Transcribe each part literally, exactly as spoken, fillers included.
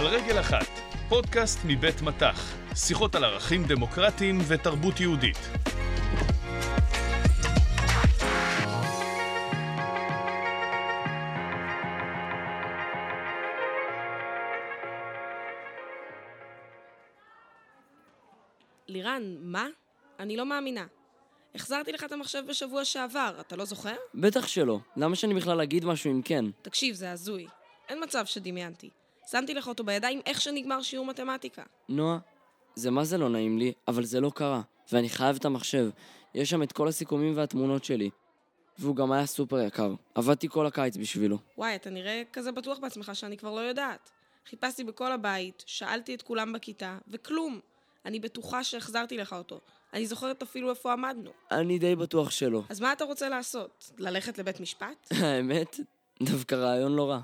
על רגל אחת, פודקאסט מבית מתח, שיחות על ערכים דמוקרטיים ותרבות יהודית. לירן, מה? אני לא מאמינה. החזרתי לך את המחשב בשבוע שעבר, אתה לא זוכר? בטח שלא. למה שאני בכלל אגיד משהו אם כן? תקשיב, זה הזוי. אין מצב שדמיינתי. שמתי לך אותו בידיים איך שנגמר שיעור מתמטיקה. נועה, זה מה זה לא נעים לי, אבל זה לא קרה. ואני חייב את המחשב. יש שם את כל הסיכומים והתמונות שלי. והוא גם היה סופר יקר. עבדתי כל הקיץ בשבילו. וואי, אתה נראה כזה בטוח בעצמך שאני כבר לא יודעת. חיפשתי בכל הבית, שאלתי את כולם בכיתה, וכלום. אני בטוחה שהחזרתי לך אותו. אני זוכרת אפילו איפה עמדנו. אני די בטוח שלא. אז מה אתה רוצה לעשות? ללכת לבית משפט? האמת, דווקא רעיון לא רע.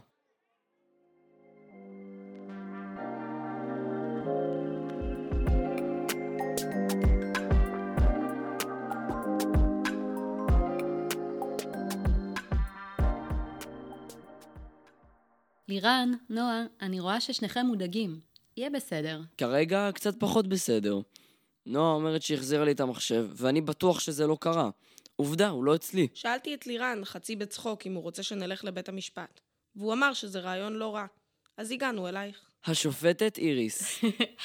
לירן, נועה, אני רואה ששניכם מודאגים. יהיה בסדר. כרגע קצת פחות בסדר. נועה אומרת שהחזירה לי את המחשב, ואני בטוח שזה לא קרה. עובדה, הוא לא אצלי. שאלתי את לירן, חצי בצחוק, אם הוא רוצה שנלך לבית המשפט. והוא אמר שזה רעיון לא רע. אז הגענו אלייך. השופטת איריס.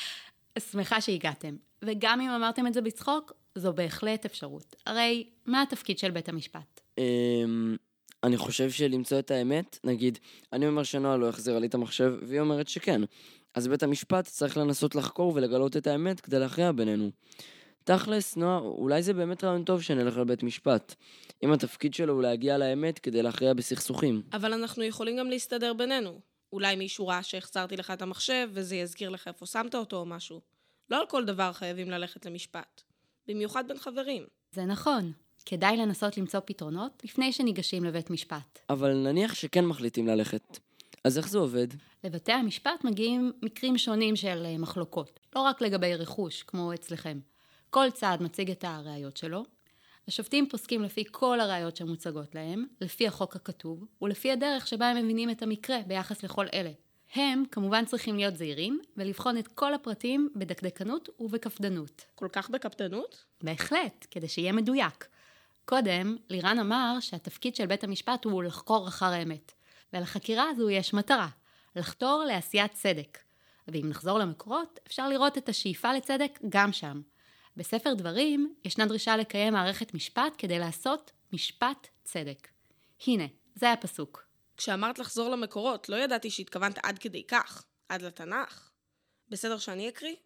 שמחה שהגעתם. וגם אם אמרתם את זה בצחוק, זו בהחלט אפשרות. הרי, מה התפקיד של בית המשפט? אמ... אני חושב שלמצוא את האמת, נגיד, אני אומר שנועה לא החזירה לי את המחשב, והיא אומרת שכן. אז בית המשפט צריך לנסות לחקור ולגלות את האמת כדי להכריע בינינו. תכלס, נועה, אולי זה באמת רעיון טוב שנלך לבית משפט. אם התפקיד שלו הוא להגיע לאמת כדי להכריע בסכסוכים. אבל אנחנו יכולים גם להסתדר בינינו. אולי מישהו ראה שהחזרתי לך את המחשב, וזה יזכיר לך איפה שמת אותו או משהו. לא על כל דבר חייבים ללכת למשפט. במיוחד בין חברים. זה נכון. כדאי לנסות למצוא פתרונות לפני שניגשים לבית משפט. אבל נניח שכן מחליטים ללכת. אז איך זה עובד? לבתי המשפט מגיעים מקרים שונים של מחלוקות. לא רק לגבי רכוש, כמו אצלכם. כל צעד מציג את הראיות שלו. השופטים פוסקים לפי כל הראיות שמוצגות להם, לפי החוק הכתוב, ולפי הדרך שבה הם מבינים את המקרה ביחס לכל אלה. הם כמובן צריכים להיות זהירים, ולבחון את כל הפרטים בדקדקנות ובקפדנות. כל כך בקפדנות? בהחלט, כדי שיהיה מדויק. קודם, לירן אמר שהתפקיד של בית המשפט הוא לחקור אחר האמת. ולחקירה הזו יש מטרה, לחתור לעשיית צדק. ואם נחזור למקורות, אפשר לראות את השאיפה לצדק גם שם. בספר דברים ישנה דרישה לקיים מערכת משפט כדי לעשות משפט צדק. הנה, זה הפסוק. כשאמרת לחזור למקורות, לא ידעתי שהתכוונת עד כדי כך, עד לתנ"ך. בסדר שאני אקריא?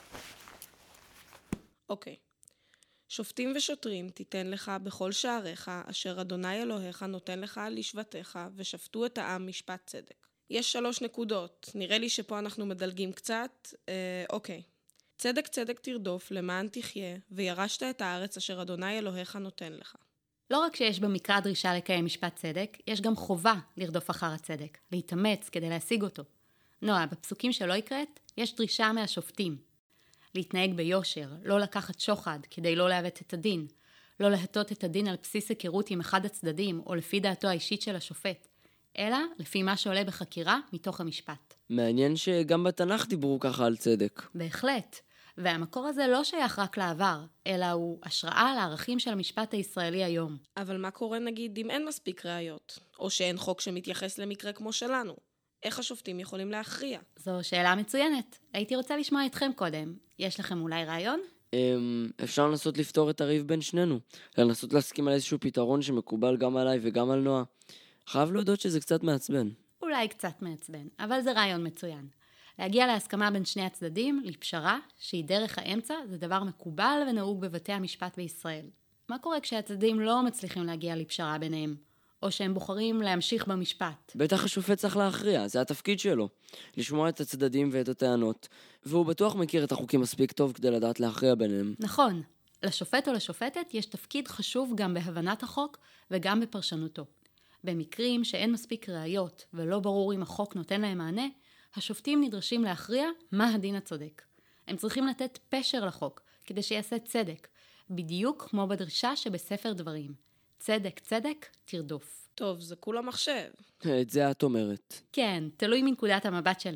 אוקיי. שופטים ושוטרים תיתן לך בכל שעריך, אשר אדוני אלוהיך נותן לך לשבטיך, ושפטו את העם משפט צדק. יש שלוש נקודות, נראה לי שפה אנחנו מדלגים קצת. אה, אוקיי. צדק צדק תרדוף למען תחיה, וירשת את הארץ אשר אדוני אלוהיך נותן לך. לא רק שיש במקרא דרישה לקיים משפט צדק, יש גם חובה לרדוף אחר הצדק, להתאמץ כדי להשיג אותו. נועה, בפסוקים שלא יקראת, יש דרישה מהשופטים. להתנהג ביושר, לא לקחת שוחד כדי לא לעוות את הדין, לא להטות את הדין על בסיס היכרות עם אחד הצדדים או לפי דעתו האישית של השופט, אלא לפי מה שעולה בחקירה מתוך המשפט. מעניין שגם בתנ"ך דיברו ככה על צדק. בהחלט, והמקור הזה לא שייך רק לעבר, אלא הוא השראה לערכים של המשפט הישראלי היום. אבל מה קורה נגיד אם אין מספיק ראיות, או שאין חוק שמתייחס למקרה כמו שלנו? איך השופטים יכולים להכריע? זו שאלה מצוינת. הייתי רוצה לשמוע אתכם קודם. יש לכם אולי רעיון? אפשר לנסות לפתור את הריב בין שנינו. לנסות להסכים על איזשהו פתרון שמקובל גם עליי וגם על נועה. חייב להודות שזה קצת מעצבן. אולי קצת מעצבן, אבל זה רעיון מצוין. להגיע להסכמה בין שני הצדדים, לפשרה, שהיא דרך האמצע, זה דבר מקובל ונהוג בבתי המשפט בישראל. מה קורה כשהצדדים לא מצליחים להגיע לפשרה ביניהם? או שהם בוחרים להמשיך במשפט? בטח השופט צריך להכריע, זה התפקיד שלו. לשמוע את הצדדים ואת הטענות, והוא בטוח מכיר את החוקים מספיק טוב כדי לדעת להכריע ביניהם. נכון. לשופט או לשופטת יש תפקיד חשוב גם בהבנת החוק וגם בפרשנותו. במקרים שאין מספיק ראיות ולא ברור אם החוק נותן להם מענה, השופטים נדרשים להכריע מה הדין הצודק. הם צריכים לתת פשר לחוק כדי שיעשה צדק, בדיוק כמו בדרישה שבספר דברים. צדק צדק תרדוף. טוב, זה כולה מחשב. את זה את אומרת. כן, תלוי מנקודת המבט של מי.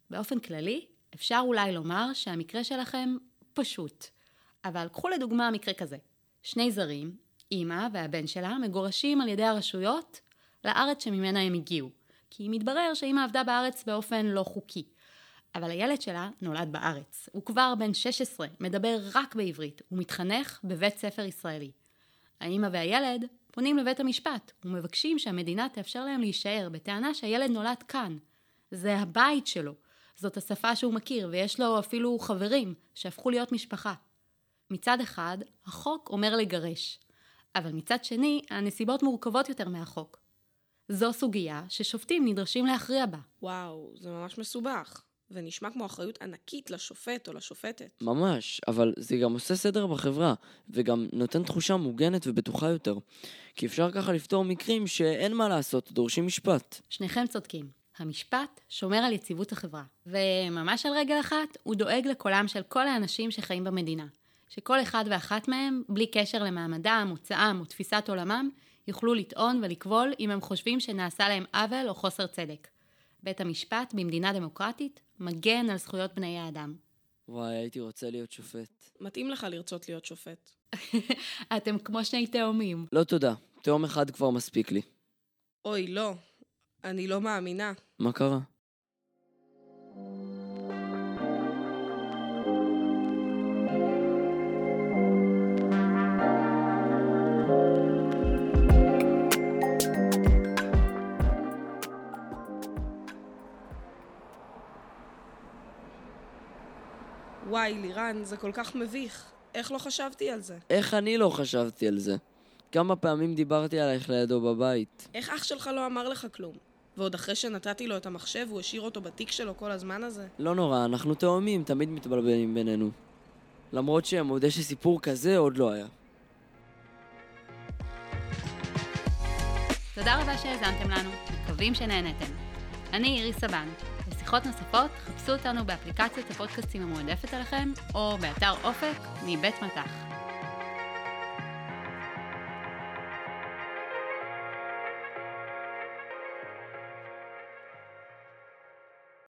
באופן כללי, אפשר אולי לומר שהמקרה שלכם פשוט. אבל קחו לדוגמה מקרה כזה. שני זרים, אמא והבן שלה, מגורשים על ידי הרשויות לארץ שממנה הם הגיעו. כי מתברר שאמא עבדה בארץ באופן לא חוקי. אבל הילד שלה נולד בארץ. הוא כבר בן שש עשרה, מדבר רק בעברית. הוא מתחנך בבית ספר ישראלי. האמא והילד פונים לבית המשפט ומבקשים שהמדינה תאפשר להם להישאר בטענה שהילד נולד כאן. זה הבית שלו. זאת השפה שהוא מכיר, ויש לו אפילו חברים שהפכו להיות משפחה. מצד אחד, החוק אומר לגרש. אבל מצד שני, הנסיבות מורכבות יותר מהחוק. זו סוגיה ששופטים נדרשים להכריע בה. וואו, זה ממש מסובך. ונשמע כמו אחריות ענקית לשופט או לשופטת. ממש, אבל זה גם עושה סדר בחברה, וגם נותן תחושה מוגנת ובטוחה יותר. כי אפשר ככה לפתור מקרים שאין מה לעשות, דורשים משפט. שניכם צודקים. המשפט שומר על יציבות החברה. וממש על רגל אחת, הוא דואג לקולם של כל האנשים שחיים במדינה. שכל אחד ואחת מהם, בלי קשר למעמדם, מוצאם או תפיסת עולמם, יוכלו לטעון ולקבול אם הם חושבים שנעשה להם עוול או חוסר צדק. בית המשפט במדינה דמוקרטית מגן על זכויות בני האדם. וואי, הייתי רוצה להיות שופט. מתאים לך לרצות להיות שופט. אתם כמו שני תאומים. לא תודה, תאום אחד כבר מספיק לי. אוי, לא. אני לא מאמינה. מה קרה? וואי, לירן, זה כל כך מביך. איך לא חשבתי על זה? איך אני לא חשבתי על זה? כמה פעמים דיברתי עלייך לידו בבית. איך אח שלך לא אמר לך כלום? ועוד אחרי שנתתי לו את המחשב, הוא השאיר אותו בתיק שלו כל הזמן הזה? לא נורא, אנחנו תאומים, תמיד מתבלבלים בינינו. למרות שמודה שסיפור כזה עוד לא היה. תודה רבה שהאזנתם לנו, מקווים שנהנתם. אני איריס סבן. לשיחות נוספות, חפשו אותנו באפליקציית הפודקאסטים המועדפת עליכם, או באתר אופק מבית מטח.